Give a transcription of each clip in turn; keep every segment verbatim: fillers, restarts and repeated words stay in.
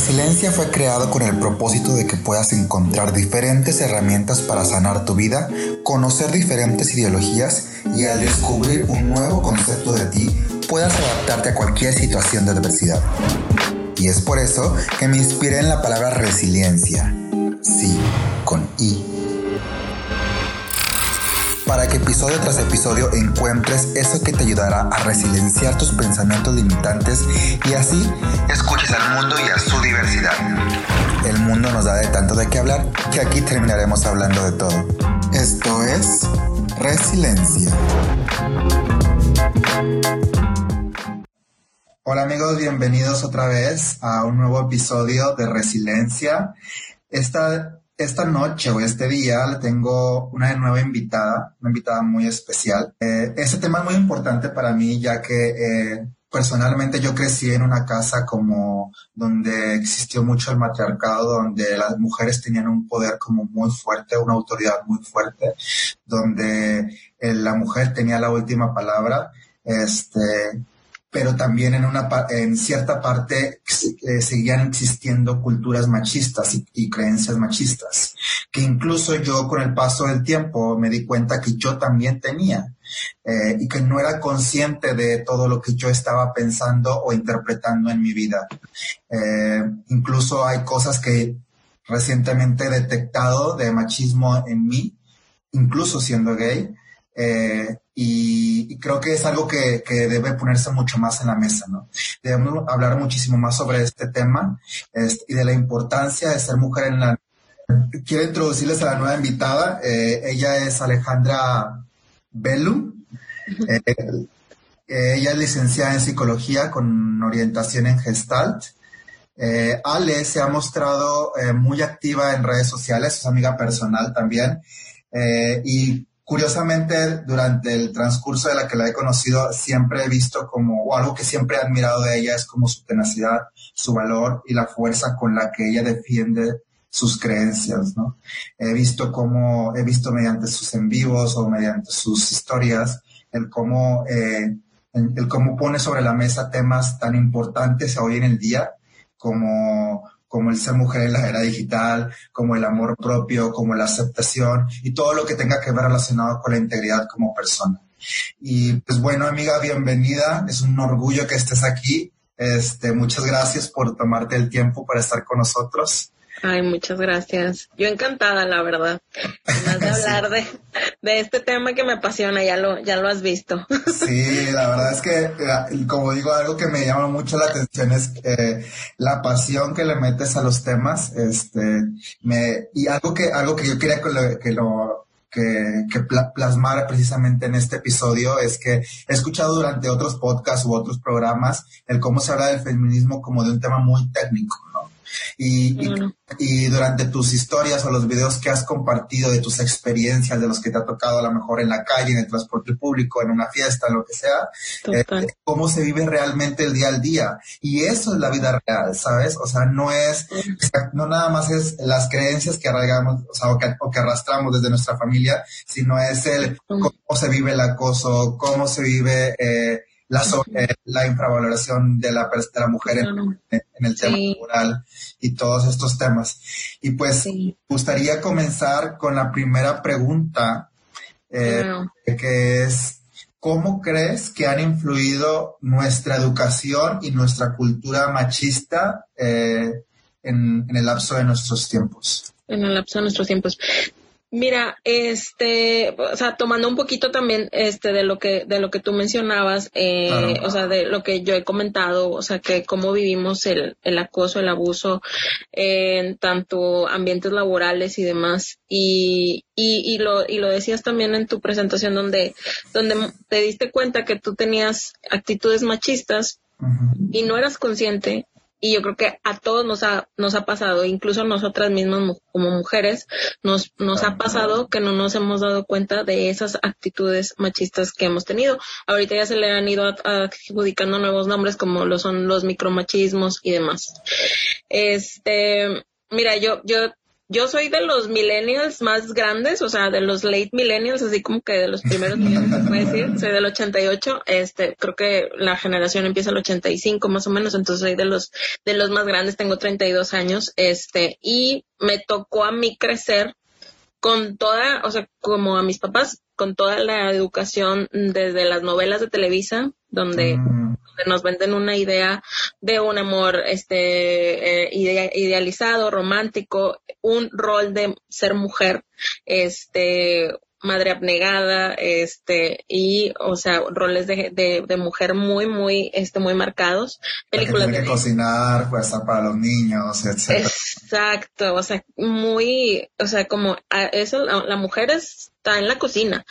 Resiliencia fue creado con el propósito de que puedas encontrar diferentes herramientas para sanar tu vida, conocer diferentes ideologías y al descubrir un nuevo concepto de ti, puedas adaptarte a cualquier situación de adversidad. Y es por eso que me inspiré en la palabra resiliencia. Sí, con I. Para que episodio tras episodio encuentres eso que te ayudará a resilienciar tus pensamientos limitantes y así escuches al mundo y a su diversidad. El mundo nos da de tanto de qué hablar que aquí terminaremos hablando de todo. Esto es Resiliencia. Hola amigos, bienvenidos otra vez a un nuevo episodio de Resiliencia. Esta Esta noche o este día le tengo una nueva invitada, una invitada muy especial. Eh, este tema es muy importante para mí ya que eh, personalmente yo crecí en una casa como donde existió mucho el matriarcado, donde las mujeres tenían un poder como muy fuerte, una autoridad muy fuerte, donde eh, la mujer tenía la última palabra, este... pero también en una en cierta parte eh, seguían existiendo culturas machistas y, y creencias machistas, que incluso yo con el paso del tiempo me di cuenta que yo también tenía, eh, y que no era consciente de todo lo que yo estaba pensando o interpretando en mi vida. Eh, incluso hay cosas que recientemente he detectado de machismo en mí, incluso siendo gay, Eh, y, y creo que es algo que, que debe ponerse mucho más en la mesa, ¿no? Debemos hablar muchísimo más sobre este tema este, y de la importancia de ser mujer en la... Quiero introducirles a la nueva invitada. Eh, ella es Alejandra Bellum. Eh, ella es licenciada en psicología con orientación en Gestalt. Eh, Ale se ha mostrado eh, muy activa en redes sociales, es amiga personal también, eh, y curiosamente, durante el transcurso de la que la he conocido, siempre he visto como, o algo que siempre he admirado de ella es como su tenacidad, su valor y la fuerza con la que ella defiende sus creencias, ¿no? He visto cómo, he visto mediante sus en vivos o mediante sus historias, el cómo, eh, el cómo pone sobre la mesa temas tan importantes hoy en el día, como como el ser mujer en la era digital, como el amor propio, como la aceptación y todo lo que tenga que ver relacionado con la integridad como persona. Y pues bueno, amiga, bienvenida. Es un orgullo que estés aquí. Este, muchas gracias por tomarte el tiempo para estar con nosotros. Ay, muchas gracias. Yo encantada, la verdad. Más de hablar sí. de, de este tema que me apasiona, ya lo, ya lo has visto. Sí, la verdad es que, como digo, algo que me llama mucho la atención es eh, la pasión que le metes a los temas, este, me, y algo que, algo que yo quería que lo, que lo que, que plasmara precisamente en este episodio es que he escuchado durante otros podcasts u otros programas el cómo se habla del feminismo como de un tema muy técnico, ¿no? Y, y, y durante tus historias o los videos que has compartido de tus experiencias, de los que te ha tocado a lo mejor en la calle, en el transporte público, en una fiesta, en lo que sea, eh, cómo se vive realmente el día al día. Y eso es la vida real, ¿sabes? O sea, no es, no nada más es las creencias que arraigamos, o sea, o que, o que arrastramos desde nuestra familia, sino es el cómo se vive el acoso, cómo se vive eh, La, sobre, la infravaloración de la, de la mujer en, en el tema sí. laboral y todos estos temas. Y pues sí. me gustaría comenzar con la primera pregunta, eh, no. que es, ¿cómo crees que han influido nuestra educación y nuestra cultura machista eh, en, en el lapso de nuestros tiempos? En el lapso de nuestros tiempos. Mira, este, o sea, tomando un poquito también, este, de lo que, de lo que tú mencionabas, eh, claro. o sea, de lo que yo he comentado, o sea, que cómo vivimos el, el acoso, el abuso, eh, en tanto ambientes laborales y demás, y, y, y lo, y lo decías también en tu presentación donde, donde te diste cuenta que tú tenías actitudes machistas uh-huh. y no eras consciente. Y yo creo que a todos nos ha nos ha pasado, incluso a nosotras mismas como mujeres, nos nos ha pasado que no nos hemos dado cuenta de esas actitudes machistas que hemos tenido. Ahorita ya se le han ido adjudicando nuevos nombres como lo son los micromachismos y demás. Este, mira, yo yo yo soy de los millennials más grandes, o sea, de los late millennials, así como que de los primeros millennials, se puede decir. Soy del ochenta y ocho, este, creo que la generación empieza el ochenta y cinco más o menos, entonces soy de los, de los más grandes, tengo treinta y dos años, este, y me tocó a mí crecer con toda, o sea, como a mis papás, con toda la educación desde las novelas de Televisa, donde, mm. donde nos venden una idea de un amor este eh, idea, idealizado, romántico, un rol de ser mujer, este madre abnegada, este, y, o sea, roles de, de, de mujer muy, muy, este, muy marcados. Películas que tiene de... que cocinar, fuerza para los niños, etcétera. Exacto, o sea, muy, o sea, como a eso, la, la mujer está en la cocina.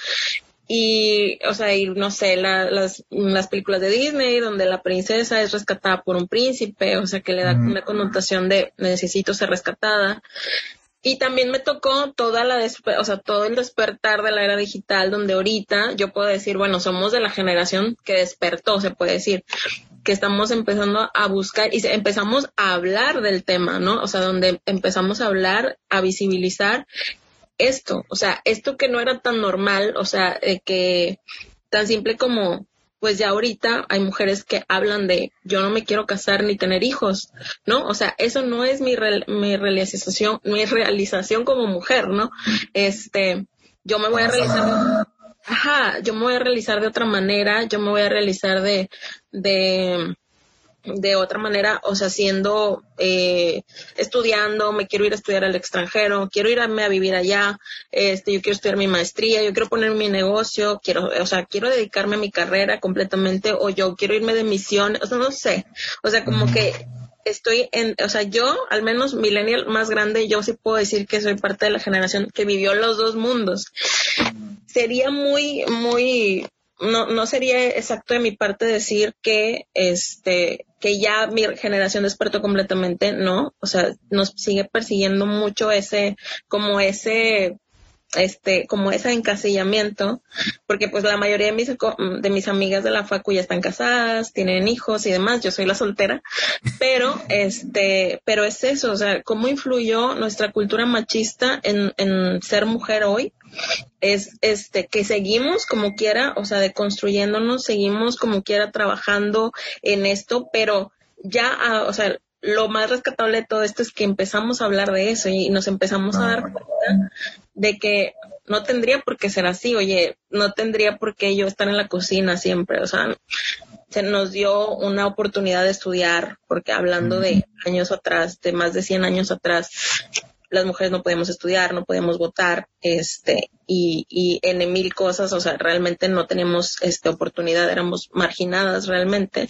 Y, o sea, y no sé, la, las, las películas de Disney donde la princesa es rescatada por un príncipe, o sea, que le da mm. una connotación de necesito ser rescatada. Y también me tocó toda la, despe- o sea, todo el despertar de la era digital, donde ahorita yo puedo decir, bueno, somos de la generación que despertó, se puede decir, que estamos empezando a buscar y se, empezamos a hablar del tema, ¿no? O sea, donde empezamos a hablar, a visibilizar esto, o sea, esto que no era tan normal, o sea, eh, que tan simple como, pues ya ahorita hay mujeres que hablan de yo no me quiero casar ni tener hijos, ¿no? O sea, eso no es mi, re- mi realización, mi realización como mujer, ¿no? Este, yo me voy a realizar, ajá, yo me voy a realizar de otra manera, yo me voy a realizar de, de, de otra manera, o sea, siendo, eh, estudiando, me quiero ir a estudiar al extranjero, quiero irme a vivir allá, este, yo quiero estudiar mi maestría, yo quiero poner mi negocio, quiero, o sea, quiero dedicarme a mi carrera completamente, o yo quiero irme de misión, o sea, no sé, o sea, como que estoy en, o sea, yo, al menos millennial más grande, yo sí puedo decir que soy parte de la generación que vivió los dos mundos. Sería muy, muy, no, no sería exacto de mi parte decir que, este, que ya mi generación despertó completamente, no, o sea, nos sigue persiguiendo mucho ese, como ese, este, como ese encasillamiento, porque pues la mayoría de mis, de mis amigas de la facu ya están casadas, tienen hijos y demás, yo soy la soltera, pero, este, pero es eso, o sea, cómo influyó nuestra cultura machista en, en ser mujer hoy, es este que seguimos como quiera, o sea, deconstruyéndonos, seguimos como quiera trabajando en esto, pero ya, ah, o sea, lo más rescatable de todo esto es que empezamos a hablar de eso y nos empezamos a dar cuenta de que no tendría por qué ser así, oye, no tendría por qué yo estar en la cocina siempre, o sea, se nos dio una oportunidad de estudiar, porque hablando de años atrás, de más de cien años atrás, las mujeres no podíamos estudiar, no podíamos votar, este, y, y en mil cosas, o sea, realmente no teníamos, este, oportunidad, éramos marginadas realmente.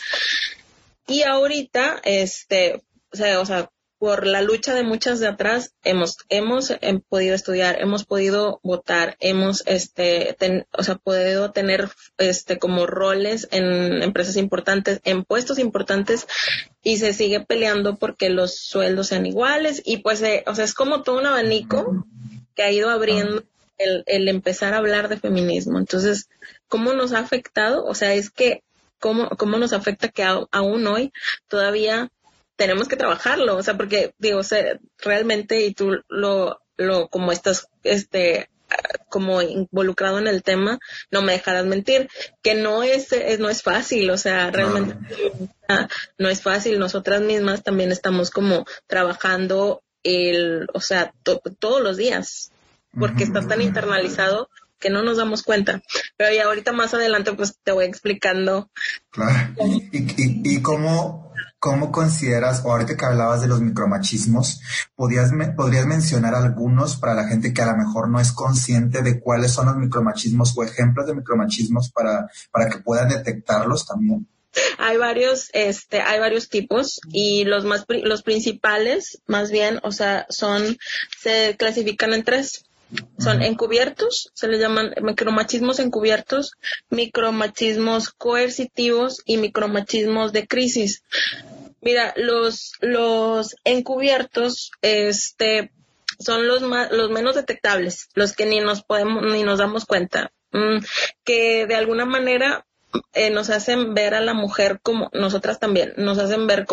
Y ahorita, este, o sea, o sea, por la lucha de muchas de atrás, hemos, hemos eh, podido estudiar, hemos podido votar, hemos, este, ten, o sea, podido tener, este, como roles en empresas importantes, en puestos importantes, y se sigue peleando porque los sueldos sean iguales, y pues, eh, o sea, es como todo un abanico que ha ido abriendo el, el empezar a hablar de feminismo. Entonces, ¿cómo nos ha afectado? O sea, es que, ¿cómo, cómo nos afecta que a, aún hoy todavía tenemos que trabajarlo? O sea, porque digo, o sea, realmente, y tú lo, lo, como estás, este, como involucrado en el tema, no me dejarás mentir, que no es, es no es fácil, o sea, realmente no. no es fácil. Nosotras mismas también estamos como trabajando el, o sea, to, todos los días, porque uh-huh. está tan internalizado que no nos damos cuenta. Pero ya ahorita más adelante pues te voy explicando. Claro. ¿Y, y, y cómo, cómo consideras, o ahorita que hablabas de los micromachismos, podrías, podrías mencionar algunos para la gente que a lo mejor no es consciente de cuáles son los micromachismos o ejemplos de micromachismos para, para que puedan detectarlos también? Hay varios, este, hay varios tipos, y los más, los principales, más bien, o sea, son, se clasifican en tres. Son encubiertos, se les llaman micromachismos encubiertos, micromachismos coercitivos y micromachismos de crisis. Mira, los, los encubiertos, este, son los más, los menos detectables, los que ni nos podemos, ni nos damos cuenta, mm, que de alguna manera eh, nos hacen ver a la mujer como, nosotras también, nos hacen ver como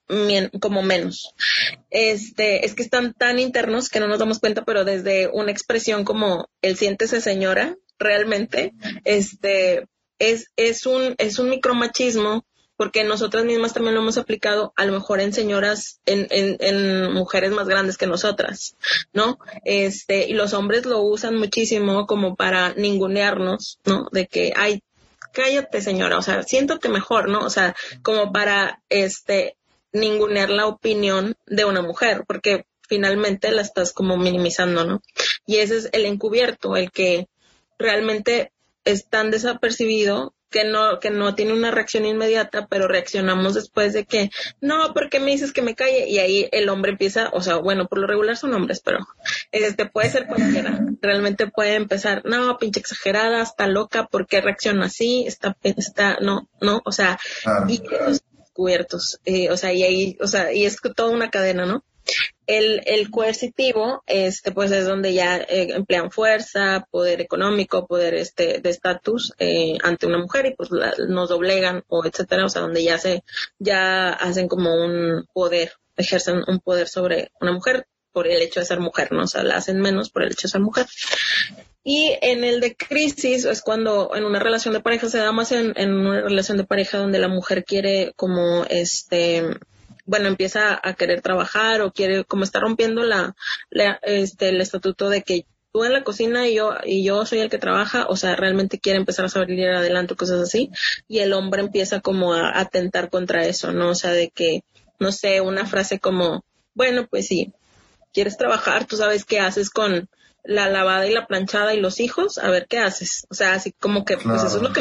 como menos. Este, es que están tan internos que no nos damos cuenta, pero desde una expresión como el siéntese señora, realmente, este, es, es un, es un micromachismo, porque nosotras mismas también lo hemos aplicado, a lo mejor en señoras, en, en, en mujeres más grandes que nosotras, ¿no? Este, y los hombres lo usan muchísimo como para ningunearnos, ¿no? De que, ay, cállate señora, o sea, siéntate mejor, ¿no? O sea, como para, este, ningunear la opinión de una mujer, porque finalmente la estás como minimizando, ¿no? Y ese es el encubierto, el que realmente es tan desapercibido que no, que no tiene una reacción inmediata, pero reaccionamos después de que, no, ¿por qué me dices que me calle? Y ahí el hombre empieza, o sea, bueno, por lo regular son hombres, pero este puede ser cualquiera, realmente puede empezar, no, pinche exagerada, está loca, ¿por qué reacciona así? Está, está, no, no, o sea, claro. Y los cubiertos, eh, o sea, y ahí, o sea, y es toda una cadena, ¿no? El, el coercitivo, este, pues es donde ya eh, emplean fuerza, poder económico, poder este de estatus eh, ante una mujer y pues la, nos doblegan o etcétera, o sea, donde ya se, ya hacen como un poder, ejercen un poder sobre una mujer por el hecho de ser mujer, ¿no? O sea, la hacen menos por el hecho de ser mujer. Y en el de crisis es cuando en una relación de pareja se da más en, en una relación de pareja donde la mujer quiere como este... bueno, empieza a querer trabajar o quiere, como está rompiendo la, la, este, el estatuto de que tú en la cocina y yo, y yo soy el que trabaja, o sea, realmente quiere empezar a salir adelante, cosas así, y el hombre empieza como a atentar contra eso, ¿no? O sea, de que, no sé, una frase como, bueno, pues sí, quieres trabajar, tú sabes qué haces con la lavada y la planchada y los hijos, a ver qué haces, o sea, así como que, pues eso es lo que,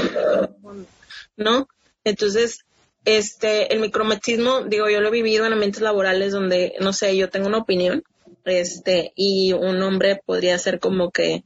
¿no? Entonces, Este, el micromachismo, digo, yo lo he vivido en ambientes laborales donde, no sé, yo tengo una opinión, este, y un hombre podría ser como que,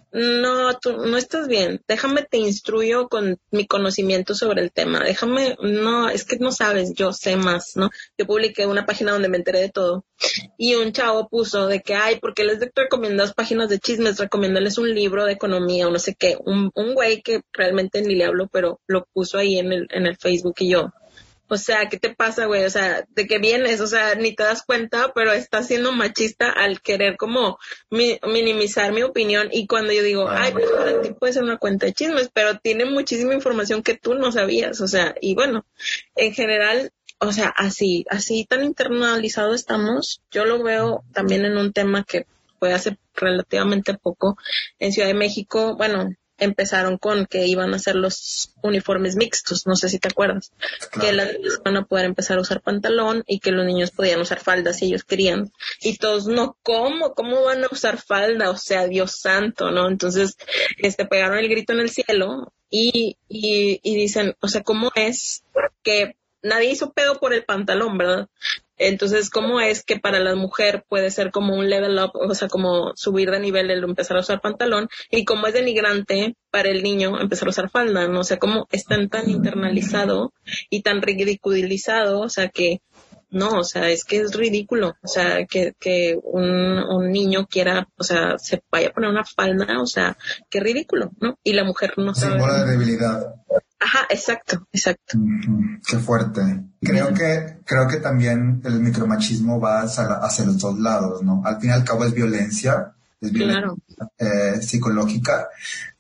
no, tú no estás bien, déjame te instruyo con mi conocimiento sobre el tema, déjame, no, es que no sabes, yo sé más, ¿no? Yo publiqué una página donde me enteré de todo, y un chavo puso de que, ay, ¿por qué les recomiendas páginas de chismes? Recomiéndales un libro de economía o no sé qué, un, un güey que realmente ni le hablo, pero lo puso ahí en el, en el Facebook y yo, o sea, ¿qué te pasa, güey? O sea, ¿de qué vienes? O sea, ni te das cuenta, pero estás siendo machista al querer como mi, minimizar mi opinión. Y cuando yo digo, ay, pues para ti puede ser una cuenta de chismes, pero tiene muchísima información que tú no sabías. O sea, y bueno, en general, o sea, así, así tan internalizado estamos. Yo lo veo también en un tema que fue hace relativamente poco en Ciudad de México. Bueno, empezaron con que iban a hacer los uniformes mixtos, no sé si te acuerdas, claro. Que las niñas van a poder empezar a usar pantalón y que los niños podían usar falda si ellos querían, y todos, no, ¿cómo? ¿Cómo van a usar falda? O sea, Dios santo, ¿no? Entonces, este, pegaron el grito en el cielo y, y, y dicen, o sea, ¿cómo es que nadie hizo pedo por el pantalón, verdad? Entonces, ¿cómo es que para la mujer puede ser como un level up, o sea, como subir de nivel el empezar a usar pantalón, y cómo es denigrante para el niño empezar a usar falda, ¿no? O sea, cómo están tan internalizado y tan ridiculizado, o sea, que no, o sea, es que es ridículo, o sea, que, que un, un niño quiera, o sea, se vaya a poner una falda, o sea, qué ridículo, ¿no? Y la mujer no sabe. Símbolo de debilidad. Ajá, exacto, exacto. Mm-hmm. Qué fuerte. Creo que, creo que también el micromachismo va hacia, hacia los dos lados, ¿no? Al fin y al cabo es violencia, es violencia claro. eh, psicológica,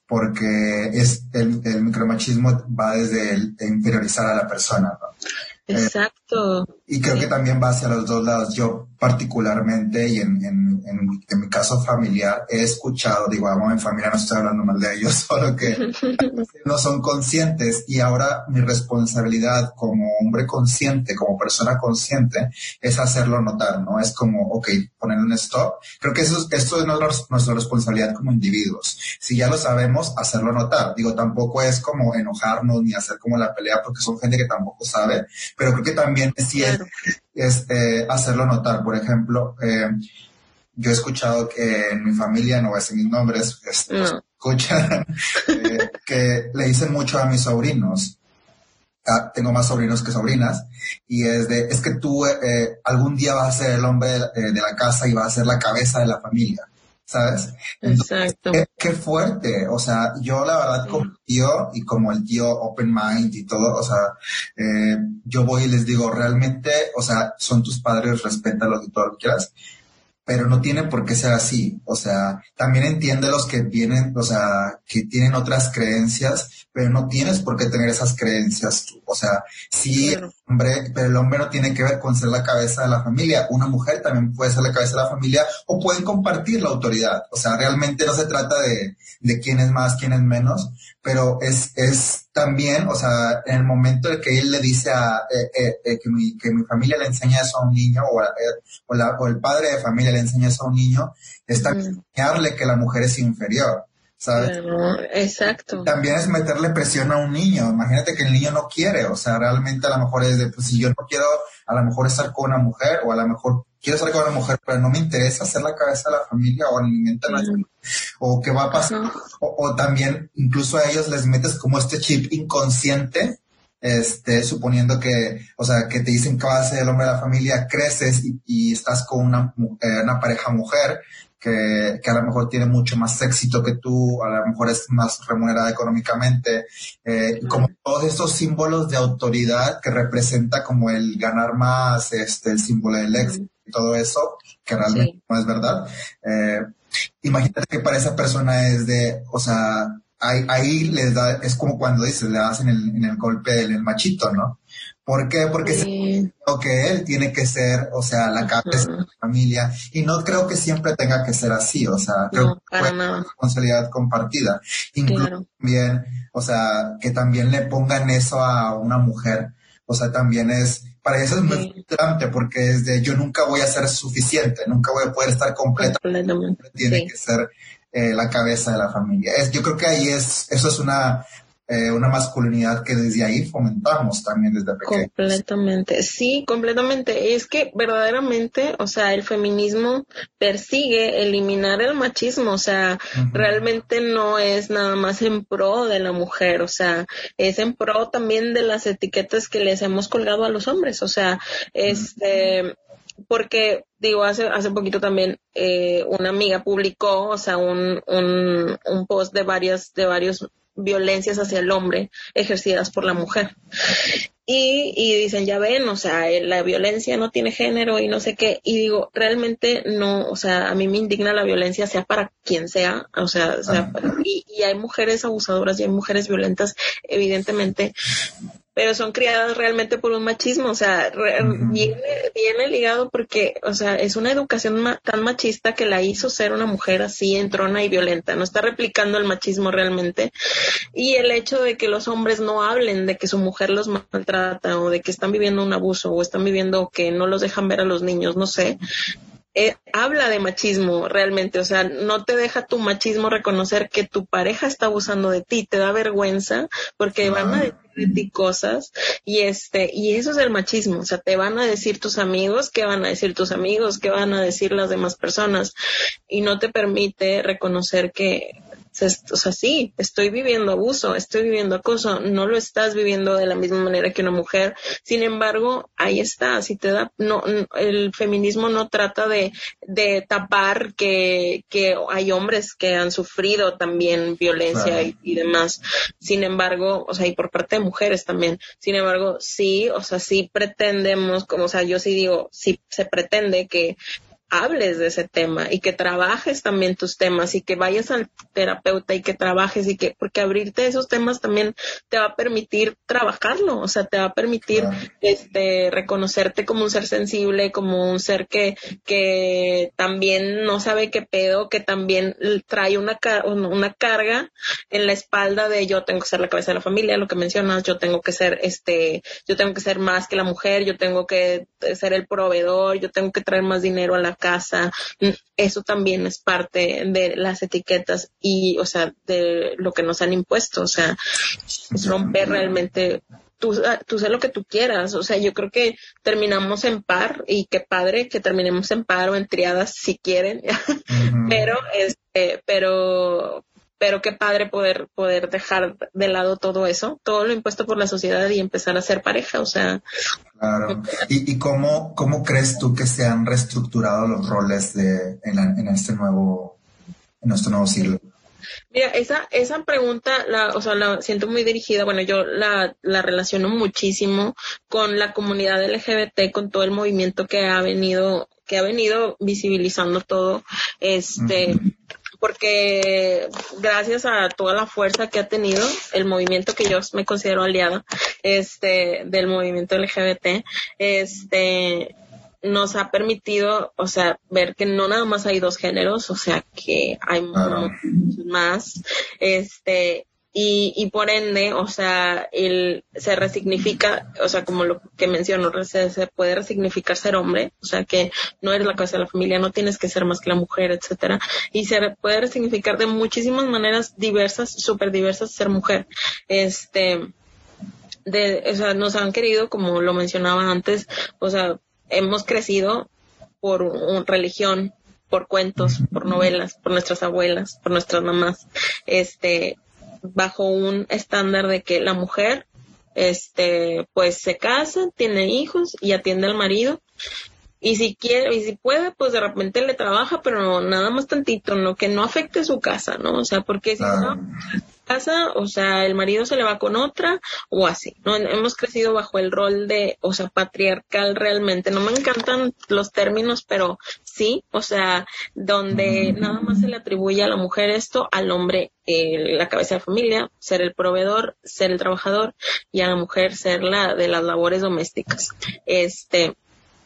porque es el, el micromachismo va desde el, el inferiorizar a la persona, ¿no? Exacto. Eh, y creo sí. que también va hacia los dos lados. Yo particularmente, y en, en, en, en mi caso familiar, he escuchado, digo, vamos, en familia no estoy hablando mal de ellos, solo que no son conscientes, y ahora mi responsabilidad como hombre consciente, como persona consciente, es hacerlo notar, ¿no? Es como, ok, poner un stop. Creo que eso, esto es nuestra, nuestra responsabilidad como individuos. Si ya lo sabemos, hacerlo notar. Digo, tampoco es como enojarnos ni hacer como la pelea, porque son gente que tampoco sabe, pero creo que también sí es, es eh, hacerlo notar. Por ejemplo, eh, yo he escuchado que en mi familia, no voy a decir mis nombres, este, no. escuchan eh, que le dicen mucho a mis sobrinos. Ah, tengo más sobrinos que sobrinas, y es de, es que tú eh, algún día vas a ser el hombre de, de la casa y vas a ser la cabeza de la familia. ¿sabes? Entonces, Exacto. Qué, qué fuerte, o sea, yo la verdad como tío y como el tío open mind y todo, o sea, eh, yo voy y les digo, realmente, o sea, son tus padres, respétalos y todo lo que quieras, pero no tiene por qué ser así, o sea, también entiende los que vienen, o sea, que tienen otras creencias, pero no tienes por qué tener esas creencias tú, o sea, sí, Claro. el hombre, pero el hombre no tiene que ver con ser la cabeza de la familia, una mujer también puede ser la cabeza de la familia o pueden compartir la autoridad, o sea, realmente no se trata de, de quién es más, quién es menos, pero es, es también, o sea, en el momento en que él le dice a, eh, eh, eh, que, mi, que mi familia le enseña eso a un niño o, a, eh, o, la, o el padre de familia le enseña eso a un niño, es también Mm. enseñarle que la mujer es inferior, ¿sabes? Claro, exacto. También es meterle presión a un niño. Imagínate que el niño no quiere, o sea, realmente a lo mejor es de, pues si yo no quiero, a lo mejor estar con una mujer, o a lo mejor quiero estar con una mujer, pero no me interesa ser la cabeza de la familia, o en mi mente no es, Mm. o qué va a pasar, Ajá. o, o también incluso a ellos les metes como este chip inconsciente, este, suponiendo que, o sea, que te dicen que vas a ser el hombre de la familia, creces y, y estás con una, mu- eh, una pareja mujer que, que a lo mejor tiene mucho más éxito que tú, a lo mejor es más remunerada económicamente, eh, y como todos estos símbolos de autoridad que representa como el ganar más, este, el símbolo del éxito y todo eso, que realmente Sí. no es verdad. Eh, imagínate que para esa persona es de, o sea, ahí, ahí les da, es como cuando dices, le das en el, en el golpe del el machito, ¿no? ¿Por qué? Porque se Sí. creo que él tiene que ser, o sea, la cabeza de Ajá. la familia, y no creo que siempre tenga que ser así, o sea, creo No, que para puede ser nada. una responsabilidad compartida. Incluso Claro. también, o sea, que también le pongan eso a una mujer, o sea, también es, para eso es muy Sí. frustrante, porque es de, yo nunca voy a ser suficiente, nunca voy a poder estar completa, Completamente. tiene Sí. que ser eh, la cabeza de la familia. Es, yo creo que ahí es, eso es una, eh, una masculinidad que desde ahí fomentamos también desde pequeños. Completamente, sí, completamente. Es que verdaderamente, o sea, el feminismo persigue eliminar el machismo, o sea, Ujú. realmente no es nada más en pro de la mujer, o sea, es en pro también de las etiquetas que les hemos colgado a los hombres, o sea, este, porque digo, hace hace poquito también eh, una amiga publicó, o sea, un, un, un post de varias, de varios violencias hacia el hombre ejercidas por la mujer. Y, y dicen, ya ven, o sea, eh, la violencia no tiene género y no sé qué. Y digo, realmente no, o sea, a mí me indigna la violencia, sea para quien sea, o sea, sea y, y hay mujeres abusadoras y hay mujeres violentas, evidentemente, pero son criadas realmente por un machismo, o sea, re, Ujú. viene, viene ligado porque, o sea, es una educación ma, tan machista que la hizo ser una mujer así, entrona y violenta, no está replicando el machismo realmente, y el hecho de que los hombres no hablen de que su mujer los maltrata o de que están viviendo un abuso o están viviendo que no los dejan ver a los niños, no sé, Eh, habla de machismo realmente, o sea, no te deja tu machismo reconocer que tu pareja está abusando de ti, te da vergüenza porque van a decir de ti cosas y este, y eso es el machismo, o sea, te van a decir tus amigos, qué van a decir tus amigos, qué van a decir las demás personas y no te permite reconocer que, o sea, sí, estoy viviendo abuso, estoy viviendo acoso, no lo estás viviendo de la misma manera que una mujer, sin embargo, ahí está, si te da, no, el feminismo no trata de, de tapar que, que hay hombres que han sufrido también violencia Claro. y, y demás, sin embargo, o sea, y por parte de mujeres también, sin embargo, sí, o sea, sí pretendemos, como, o sea, yo sí digo, sí se pretende que hables de ese tema y que trabajes también tus temas y que vayas al terapeuta y que trabajes y que, porque abrirte esos temas también te va a permitir trabajarlo, o sea, te va a permitir Claro. este reconocerte como un ser sensible, como un ser que, que también no sabe qué pedo, que también trae una, una carga en la espalda de yo tengo que ser la cabeza de la familia, lo que mencionas, yo tengo que ser este, yo tengo que ser más que la mujer, yo tengo que ser el proveedor, yo tengo que traer más dinero a la casa, eso también es parte de las etiquetas y, o sea, de lo que nos han impuesto, o sea, es romper realmente, tú, tú sé lo que tú quieras, o sea, yo creo que terminamos en par y qué padre que terminemos en par o en triadas si quieren, Ujú. pero, este, pero, pero qué padre poder, poder dejar de lado todo eso, todo lo impuesto por la sociedad y empezar a ser pareja, o sea. Claro. ¿Y, y cómo, cómo crees tú que se han reestructurado los roles de, en, la- en este nuevo, en nuestro nuevo siglo? Mira, esa esa pregunta, la, o sea, la siento muy dirigida. Bueno, yo la, la relaciono muchísimo con la comunidad L G B T, con todo el movimiento que ha venido que ha venido visibilizando todo, este, uh-huh. porque gracias a toda la fuerza que ha tenido el movimiento, que yo me considero aliada, este, del movimiento L G B T, este, nos ha permitido, o sea, ver que no nada más hay dos géneros, o sea, que hay uh-huh. muchos más, este, y, y por ende, o sea, el, se resignifica, o sea, como lo que menciono, se, se puede resignificar ser hombre, o sea, que no eres la cabeza de la familia, no tienes que ser más que la mujer, etcétera, y se puede resignificar de muchísimas maneras diversas, súper diversas, ser mujer, este, de, o sea, nos han querido, como lo mencionaba antes, o sea, hemos crecido por un, religión, por cuentos, por novelas, por nuestras abuelas, por nuestras mamás, este, bajo un estándar de que la mujer, este, pues se casa, tiene hijos y atiende al marido, y si quiere, y si puede, pues de repente le trabaja, pero nada más tantito, no, que no afecte su casa, ¿no? O sea, porque si ah. no casa, o sea, el marido se le va con otra o así, ¿no? Hemos crecido bajo el rol de, o sea, patriarcal realmente. No me encantan los términos, pero sí, o sea, donde nada más se le atribuye a la mujer esto, al hombre eh, la cabeza de familia, ser el proveedor, ser el trabajador, y a la mujer ser la de las labores domésticas. Este,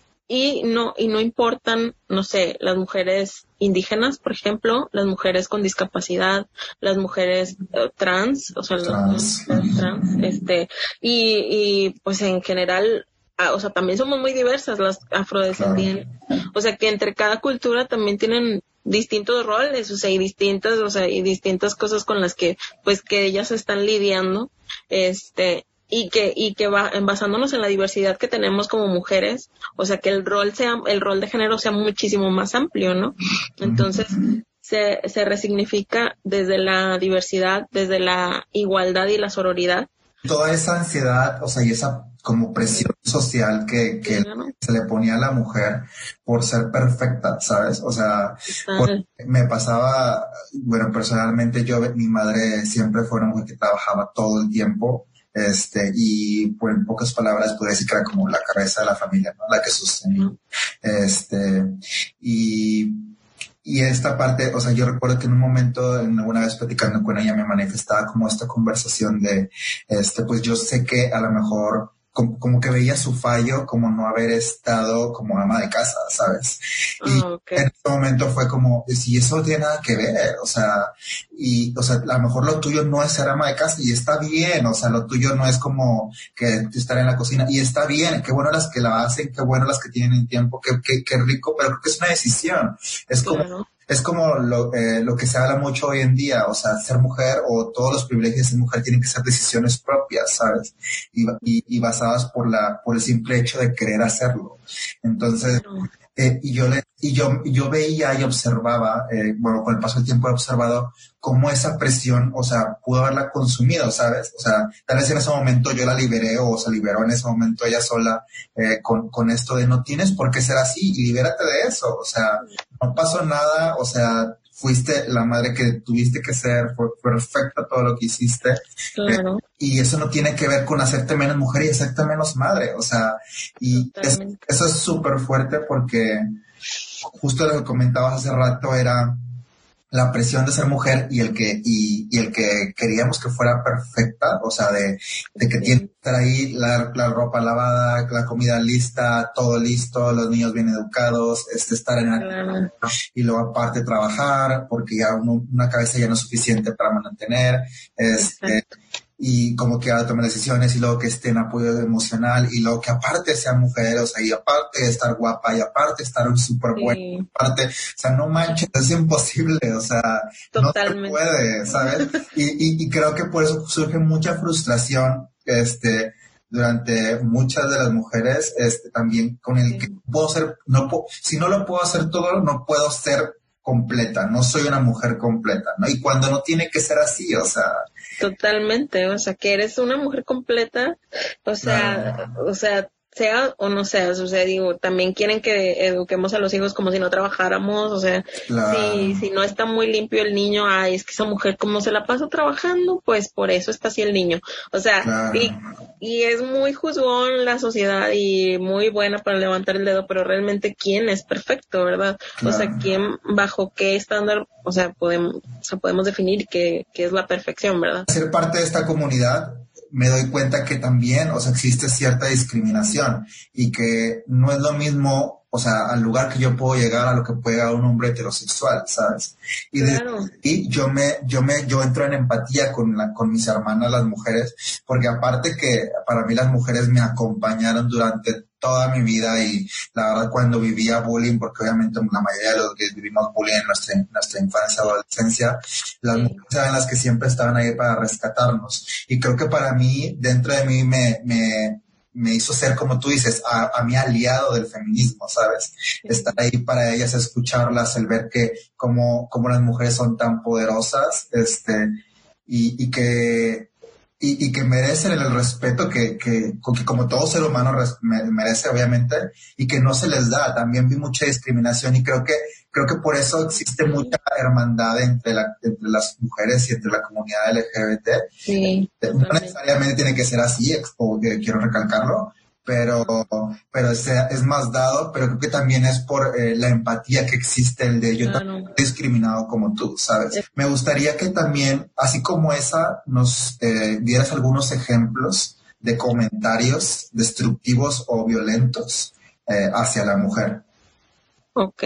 y no, y no importan, no sé, las mujeres indígenas, por ejemplo, las mujeres con discapacidad, las mujeres uh, trans, o sea, trans, las mujeres trans, este, y, y pues en general, ah, o sea, también somos muy diversas las afrodescendientes, claro. O sea, que entre cada cultura también tienen distintos roles, o sea, y distintas, o sea, y distintas cosas con las que, pues, que ellas están lidiando, este, y que y que va, basándonos en la diversidad que tenemos como mujeres, o sea, que el rol sea el rol de género sea muchísimo más amplio, ¿no? Entonces se se resignifica desde la diversidad, desde la igualdad y la sororidad. Toda esa ansiedad, o sea, y esa como presión social que, que ¿no? se le ponía a la mujer por ser perfecta, ¿sabes? O sea, me pasaba, bueno, personalmente yo, mi madre siempre fue una mujer que trabajaba todo el tiempo. Este, y pues en pocas palabras puedo decir que era como la cabeza de la familia, ¿no? La que sostenía. Este, y, y esta parte, o sea, yo recuerdo que en un momento, en alguna vez platicando con ella, me manifestaba como esta conversación de, este, pues yo sé que a lo mejor, como, como que veía su fallo, como no haber estado como ama de casa, ¿sabes? Y oh, okay. En ese momento fue como, si eso no tiene nada que ver, o sea, y, o sea, a lo mejor lo tuyo no es ser ama de casa y está bien, o sea, lo tuyo no es como que estar en la cocina y está bien, qué bueno las que la hacen, qué bueno las que tienen el tiempo, qué, qué, qué rico, pero creo que es una decisión, es como... Claro. Es como lo, eh, lo que se habla mucho hoy en día, o sea, ser mujer o todos los privilegios de ser mujer tienen que ser decisiones propias, ¿sabes? Y, y, y basadas por la por el simple hecho de querer hacerlo. Entonces, eh, y yo le y yo yo veía y observaba, eh, bueno, con el paso del tiempo he observado cómo esa presión, o sea, pudo haberla consumido, ¿sabes? O sea, tal vez en ese momento yo la liberé o se liberó en ese momento ella sola eh, con, con esto de no tienes por qué ser así y libérate de eso, o sea, no pasó nada, o sea, fuiste la madre que tuviste que ser, fue perfecta todo lo que hiciste. Claro. Eh, y eso no tiene que ver con hacerte menos mujer y hacerte menos madre, o sea, y es, eso es súper fuerte porque justo lo que comentabas hace rato era la presión de ser mujer y el que y, y el que queríamos que fuera perfecta, o sea, de, de que tiene que estar ahí la, la ropa lavada, la comida lista, todo listo, los niños bien educados, este estar en la claro. y luego aparte trabajar porque ya uno, una cabeza ya no es suficiente para mantener, este Exacto. Y como que ahora tomen decisiones y luego que esté en apoyo emocional y luego que aparte sea mujer, o sea, y aparte de estar guapa y aparte de estar súper buena, sí. Aparte, o sea, no manches, es imposible, o sea, Totalmente. No se puede, ¿sabes? y, y, y creo que por eso surge mucha frustración, este, durante muchas de las mujeres, este, también con el sí. que puedo ser, no puedo, si no lo puedo hacer todo, no puedo ser completa, no soy una mujer completa, ¿no? Y cuando no tiene que ser así, o sea... Totalmente, o sea, que eres una mujer completa, o sea, no. o sea, sea o no sea, o sea, digo, también quieren que eduquemos a los hijos como si no trabajáramos, o sea, claro. si, si no está muy limpio el niño, ay, es que esa mujer como se la pasa trabajando, pues por eso está así el niño, o sea, claro. y, y es muy juzgón la sociedad y muy buena para levantar el dedo, pero realmente quién es perfecto, ¿verdad? Claro. O sea, quién, bajo qué estándar, o sea, podemos, o sea, podemos definir qué, qué es la perfección, ¿verdad? Ser parte de esta comunidad, me doy cuenta que también, o sea, existe cierta discriminación y que no es lo mismo, o sea, al lugar que yo puedo llegar a lo que puede llegar un hombre heterosexual, ¿sabes? Y, claro. de, y yo me, yo me, yo entro en empatía con la, con mis hermanas, las mujeres, porque aparte que para mí las mujeres me acompañaron durante toda mi vida y la verdad cuando vivía bullying, porque obviamente la mayoría de los que vivimos bullying en nuestra, en nuestra infancia, adolescencia, las sí. mujeres eran las que siempre estaban ahí para rescatarnos. Y creo que para mí, dentro de mí me, me, me hizo ser, como tú dices, a, a mi aliado del feminismo, ¿sabes? Sí. Estar ahí para ellas, escucharlas, el ver que como, como las mujeres son tan poderosas, este, y, y que Y, y que merecen el respeto que, que, que como todo ser humano res, merece, obviamente, y que no se les da. También vi mucha discriminación y creo que creo que por eso existe mucha hermandad entre, la, entre las mujeres y entre la comunidad L G B T. Sí, no necesariamente tiene que ser así, o, eh, quiero recalcarlo, pero pero es, es más dado, pero creo que también es por eh, la empatía que existe, el de yo claro. también discriminado como tú, ¿sabes? Sí. Me gustaría que también, así como esa, nos eh, dieras algunos ejemplos de comentarios destructivos o violentos eh, hacia la mujer. Ok.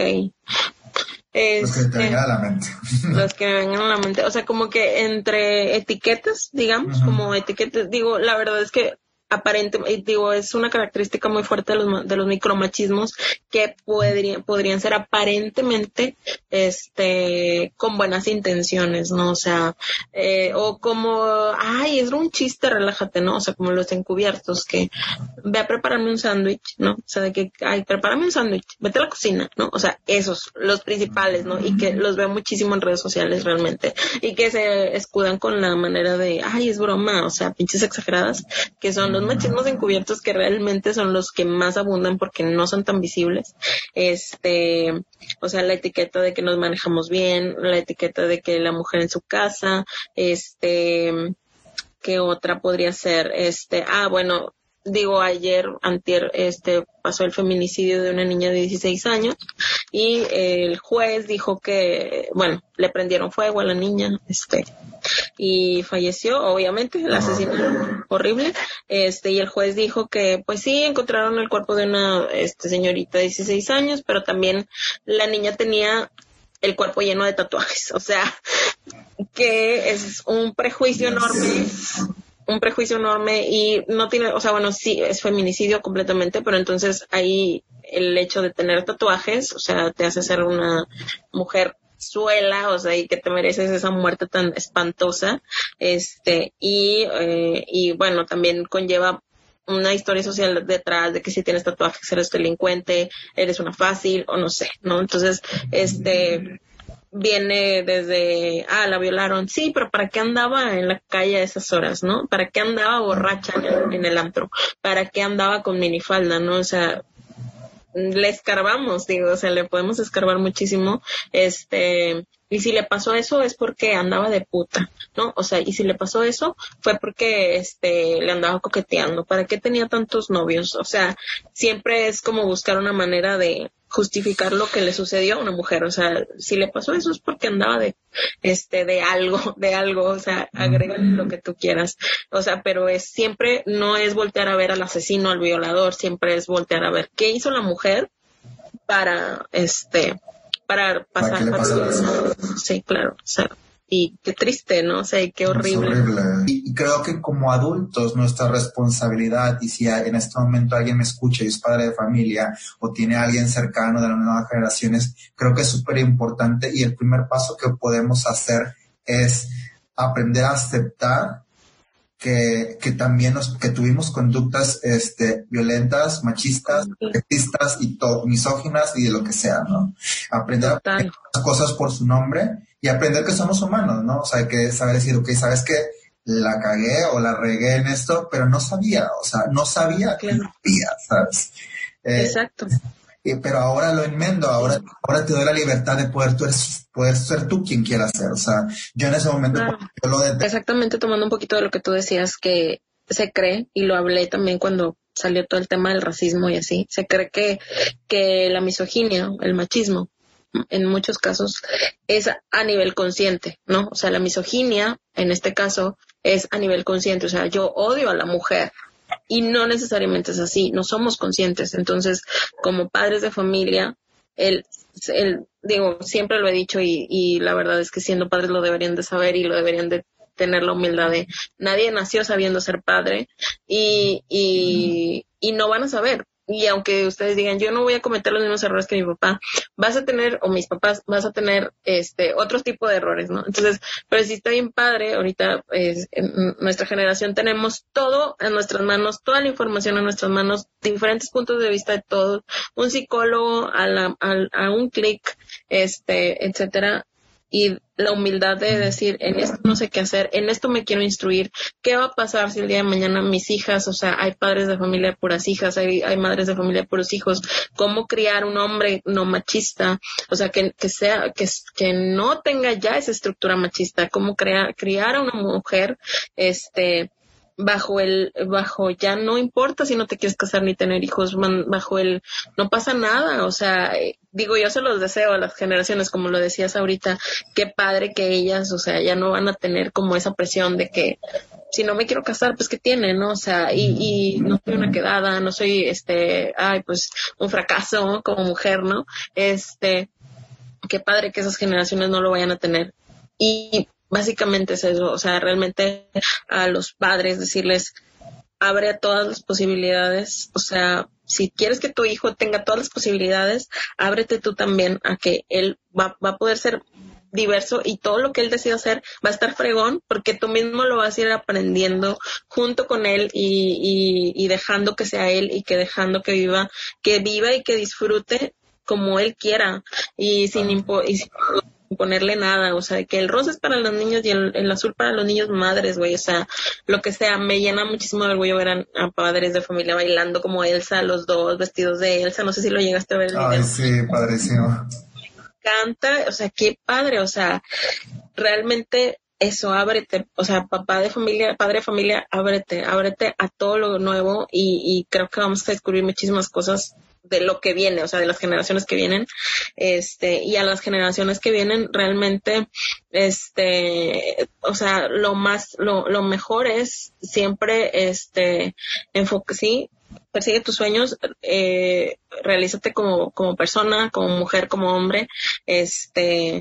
Este, los que te vengan a la mente. Los que me vengan a la mente. O sea, como que entre etiquetas, digamos, uh-huh. como etiquetas, digo, la verdad es que aparentemente, digo, es una característica muy fuerte de los, de los micromachismos que podrían, podrían ser aparentemente, este, con buenas intenciones, ¿no? O sea, eh, o como, ay, es un chiste, relájate, ¿no? O sea, como los encubiertos que, ve a prepararme un sándwich, ¿no? O sea, de que, ay, prepárame un sándwich, vete a la cocina, ¿no? O sea, esos, los principales, ¿no? Y que los veo muchísimo en redes sociales realmente, y que se escudan con la manera de, ay, es broma, o sea, pinches exageradas, que son los machismos encubiertos que realmente son los que más abundan porque no son tan visibles. Este, o sea, la etiqueta de que nos manejamos bien, la etiqueta de que la mujer en su casa, este, ¿qué otra podría ser? Este, ah, bueno, digo, ayer, antier, este, pasó el feminicidio de una niña de dieciséis años y el juez dijo que, bueno, le prendieron fuego a la niña, este, y falleció, obviamente, el asesino horrible, este, y el juez dijo que, pues sí, encontraron el cuerpo de una, este, señorita de dieciséis años, pero también la niña tenía el cuerpo lleno de tatuajes, o sea, que es un prejuicio enorme, un prejuicio enorme y no tiene, o sea, bueno, sí, es feminicidio completamente, pero entonces ahí el hecho de tener tatuajes, o sea, te hace ser una mujer suela, o sea, y que te mereces esa muerte tan espantosa, este, y, eh, y bueno, también conlleva una historia social detrás de que si tienes tatuajes eres delincuente, eres una fácil, o no sé, ¿no? Entonces, este, viene desde, ah, la violaron, sí, pero ¿para qué andaba en la calle a esas horas, no? ¿Para qué andaba borracha en el, en el antro? ¿Para qué andaba con minifalda, no? O sea, le escarbamos, digo, o sea, le podemos escarbar muchísimo, este, y si le pasó eso es porque andaba de puta, ¿no? O sea, y si le pasó eso fue porque, este, le andaba coqueteando. ¿Para qué tenía tantos novios? O sea, siempre es como buscar una manera de justificar lo que le sucedió a una mujer, o sea, si le pasó eso es porque andaba de, este, de algo, de algo, o sea, agrégale lo que tú quieras, o sea, pero es siempre, no es voltear a ver al asesino, al violador, siempre es voltear a ver qué hizo la mujer para, este, para pasar, para para sí, claro, o sea, y qué triste, ¿no? O sea, y qué horrible. Es horrible. Y creo que como adultos nuestra responsabilidad, y si en este momento alguien me escucha y es padre de familia o tiene a alguien cercano de las nuevas generaciones, creo que es súper importante y el primer paso que podemos hacer es aprender a aceptar que, que también nos, que tuvimos conductas este, violentas, machistas, sexistas y to, misóginas y de lo que sea, ¿no? Aprender Total. a las cosas por su nombre y aprender que somos humanos, ¿no? O sea, hay que saber decir, ok, ¿sabes qué? la cagué o la regué en esto, pero no sabía, o sea, no sabía que Claro. no sabía, ¿sabes? Eh, Exacto. eh, pero ahora lo enmendo, ahora, ahora te doy la libertad de poder, tú eres- poder ser tú quien quieras ser, o sea, yo en ese momento Claro. yo lo detesté. Exactamente, tomando un poquito de lo que tú decías, que se cree, y lo hablé también cuando salió todo el tema del racismo y así, se cree que, que la misoginia, el machismo, en muchos casos es a nivel consciente, ¿no? O sea, la misoginia, en este caso, es a nivel consciente, o sea, yo odio a la mujer. Y no necesariamente es así, no somos conscientes. Entonces, como padres de familia, el, el digo, siempre lo he dicho y, y la verdad es que siendo padres lo deberían de saber y lo deberían de tener la humildad de nadie nació sabiendo ser padre y, y, y no van a saber. Y aunque ustedes digan, yo no voy a cometer los mismos errores que mi papá, vas a tener, o mis papás, vas a tener este otro tipo de errores, ¿no? Entonces, pero si está bien padre, ahorita eh, en nuestra generación tenemos todo en nuestras manos, toda la información en nuestras manos, diferentes puntos de vista de todos, un psicólogo a, la, a, a un clic, este, etcétera. Y la humildad de decir, en esto no sé qué hacer, en esto me quiero instruir, ¿qué va a pasar si el día de mañana mis hijas, o sea, hay padres de familia de puras hijas, hay, hay madres de familia de puros hijos, cómo criar un hombre no machista, o sea, que, que sea, que, que no tenga ya esa estructura machista, cómo crear, criar a una mujer, este, bajo el, bajo ya no importa si no te quieres casar ni tener hijos, man, bajo el no pasa nada, o sea, digo, yo se los deseo a las generaciones, como lo decías ahorita, qué padre que ellas, o sea, ya no van a tener como esa presión de que si no me quiero casar, pues qué tiene, ¿no? O sea, y, y no soy una quedada, no soy, este, ay, pues un fracaso como mujer, ¿no? Este, qué padre que esas generaciones no lo vayan a tener. Y básicamente es eso, o sea, realmente a los padres decirles, abre a todas las posibilidades, o sea, si quieres que tu hijo tenga todas las posibilidades, ábrete tú también a que él va, va a poder ser diverso y todo lo que él decida hacer va a estar fregón porque tú mismo lo vas a ir aprendiendo junto con él y, y, y dejando que sea él y que dejando que viva, que viva y que disfrute como él quiera y sin impo- y sin ponerle nada, o sea, que el rosa es para los niños y el, el azul para los niños madres, güey, o sea, lo que sea, me llena muchísimo de orgullo ver a, a padres de familia bailando como Elsa, los dos vestidos de Elsa, no sé si lo llegaste a ver el video. Ay, sí, padrísimo. Canta, o sea, qué padre, o sea, realmente eso, ábrete, o sea, papá de familia, padre de familia, ábrete, ábrete a todo lo nuevo y, y creo que vamos a descubrir muchísimas cosas de lo que viene, o sea, de las generaciones que vienen, este, y a las generaciones que vienen realmente, este, o sea, lo más, lo, lo mejor es siempre, este, enfoque, sí, persigue tus sueños, eh, realízate como, como persona, como mujer, como hombre, este,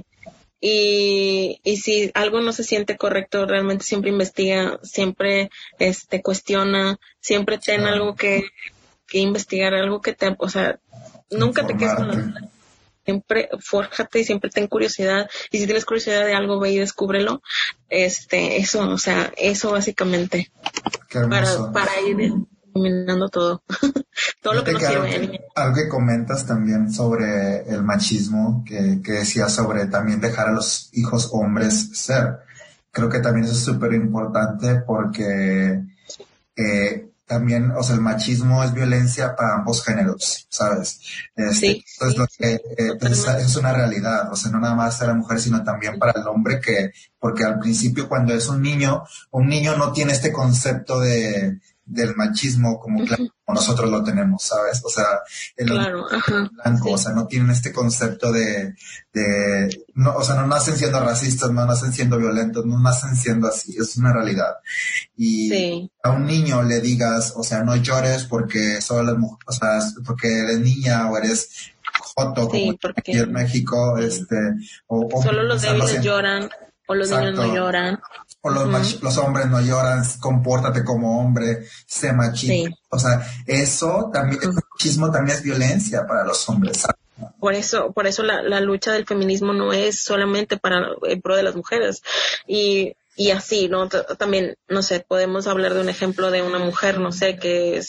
y, y si algo no se siente correcto, realmente siempre investiga, siempre, este, cuestiona, siempre ten Claro. algo que, que investigar, algo que te, o sea, nunca te quedes con la, siempre fórjate y siempre ten curiosidad, y si tienes curiosidad de algo, ve y descúbrelo, este, eso, o sea, eso básicamente, Qué hermoso. para, para ir eliminando todo, todo lo que nos Fíjate que sirve. algo, que, algo que comentas también sobre el machismo, que, que decías sobre también dejar a los hijos hombres ser, creo que también eso es súper importante porque eh, también, o sea, el machismo es violencia para ambos géneros, ¿sabes? Este, Sí, entonces, sí, lo sí, que, eh, es, es una realidad, o sea, no nada más para la mujer, sino también para el hombre, que, porque al principio cuando es un niño, un niño no tiene este concepto de, del machismo como, uh-huh. claro, como nosotros lo tenemos, ¿sabes? O sea, el claro, ajá, blanco, sí. O sea, no tienen este concepto de, de no, o sea, no nacen siendo racistas, no nacen siendo violentos, no nacen siendo así, es una realidad. Y sí. A un niño le digas, o sea, no llores porque solo las mujeres, o sea, porque eres niña o eres joto, como sí, porque, aquí en México, sí. este, o, o solo los débiles en... lloran, o los Exacto. niños no lloran. O los, uh-huh. mach- los hombres no lloran, compórtate como hombre, sé machista. Sí. O sea, eso también, uh-huh. el machismo también es violencia para los hombres, ¿sabes? Por eso, por eso la, la lucha del feminismo no es solamente para en pro de las mujeres. Y, y así, ¿no? T- también, no sé, podemos hablar de un ejemplo de una mujer, no sé, que se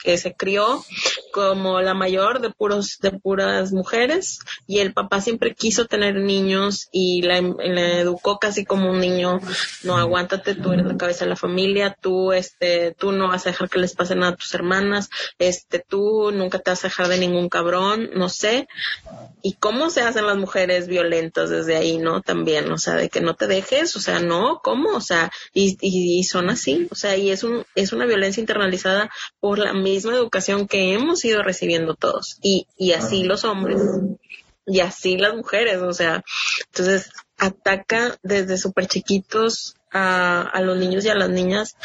que se crió como la mayor de puros de puras mujeres, y el papá siempre quiso tener niños y la, la educó casi como un niño. No, aguántate, tú eres la cabeza de la familia, tú este tú no vas a dejar que les pase nada a tus hermanas, este tú nunca te vas a dejar de ningún cabrón, no sé. Y cómo se hacen las mujeres violentas desde ahí, ¿no? También, o sea, de que no te dejes, o sea, no, ¿cómo? O sea, y, y, y son así, o sea, y es un es una violencia internalizada por la misma educación que hemos ido recibiendo todos, y, y así los hombres, y así las mujeres, o sea, entonces ataca desde súper chiquitos a, a los niños y a las niñas,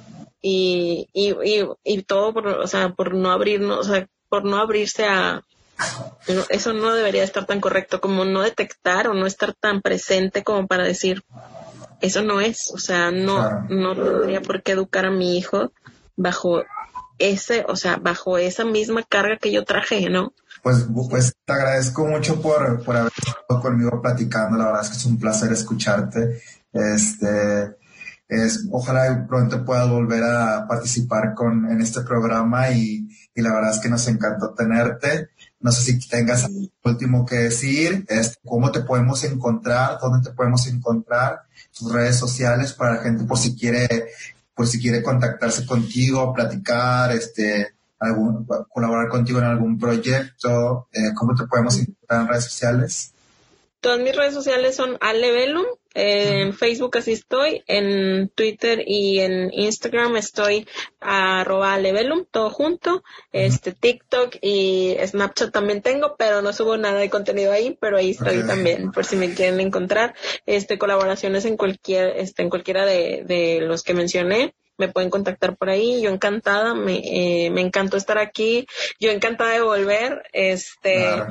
y, y, y, y todo por, o sea, por no abrirnos, o sea, por no abrirse a No, eso no debería estar tan correcto, como no detectar o no estar tan presente como para decir, eso no es, o sea, no, claro. No tendría por qué educar a mi hijo bajo ese, o sea, bajo esa misma carga que yo traje, ¿no? Pues, pues te agradezco mucho por, por haber estado conmigo platicando, la verdad es que es un placer escucharte, este, es, ojalá pronto puedas volver a participar con, en este programa y, y la verdad es que nos encantó tenerte. No sé si tengas algo último que decir, este, cómo te podemos encontrar, dónde te podemos encontrar, tus redes sociales para la gente por si quiere, por si quiere contactarse contigo, platicar, este, algún, colaborar contigo en algún proyecto, eh, cómo te podemos encontrar en redes sociales. Todas mis redes sociales son Ale Velum, en uh-huh. Facebook así estoy, en Twitter y en Instagram estoy arroba Ale Velum, todo junto, uh-huh. este TikTok y Snapchat también tengo, pero no subo nada de contenido ahí, pero ahí estoy okay. también, por si me quieren encontrar, este colaboraciones en cualquier, este, en cualquiera de, de los que mencioné. Me pueden contactar por ahí, yo encantada, me, eh, me encantó estar aquí, yo encantada de volver, este, claro.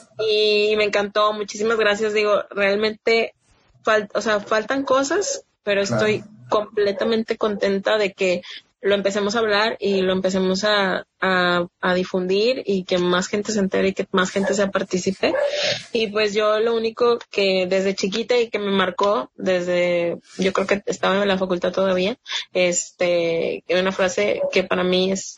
Y me encantó, muchísimas gracias, digo, realmente, fal, o sea, faltan cosas, pero claro. Estoy completamente contenta de que lo empecemos a hablar y lo empecemos a, a, a difundir y que más gente se entere y que más gente se participe. Y pues yo lo único que desde chiquita y que me marcó desde, yo creo que estaba en la facultad todavía, este, una frase que para mí es,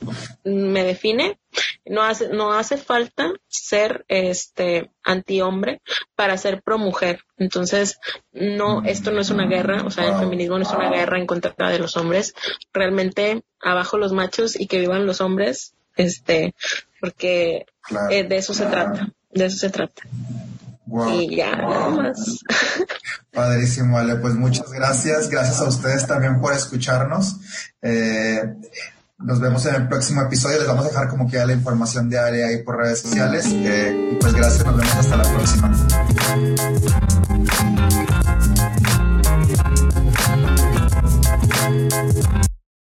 me define, no hace, no hace falta ser este antihombre para ser pro mujer. Entonces, no, esto no es una guerra, o sea, el feminismo no es una guerra en contra de los hombres. Realmente, abajo los machos y que vivan los hombres, este, porque claro. eh, de eso se trata, de eso se trata. Wow. Y ya, nada más. Padrísimo, Ale, pues muchas gracias, gracias a ustedes también por escucharnos. Eh, Nos vemos en el próximo episodio. Les vamos a dejar como que ya la información de Ale ahí por redes sociales. Eh, y pues gracias, nos vemos hasta la próxima.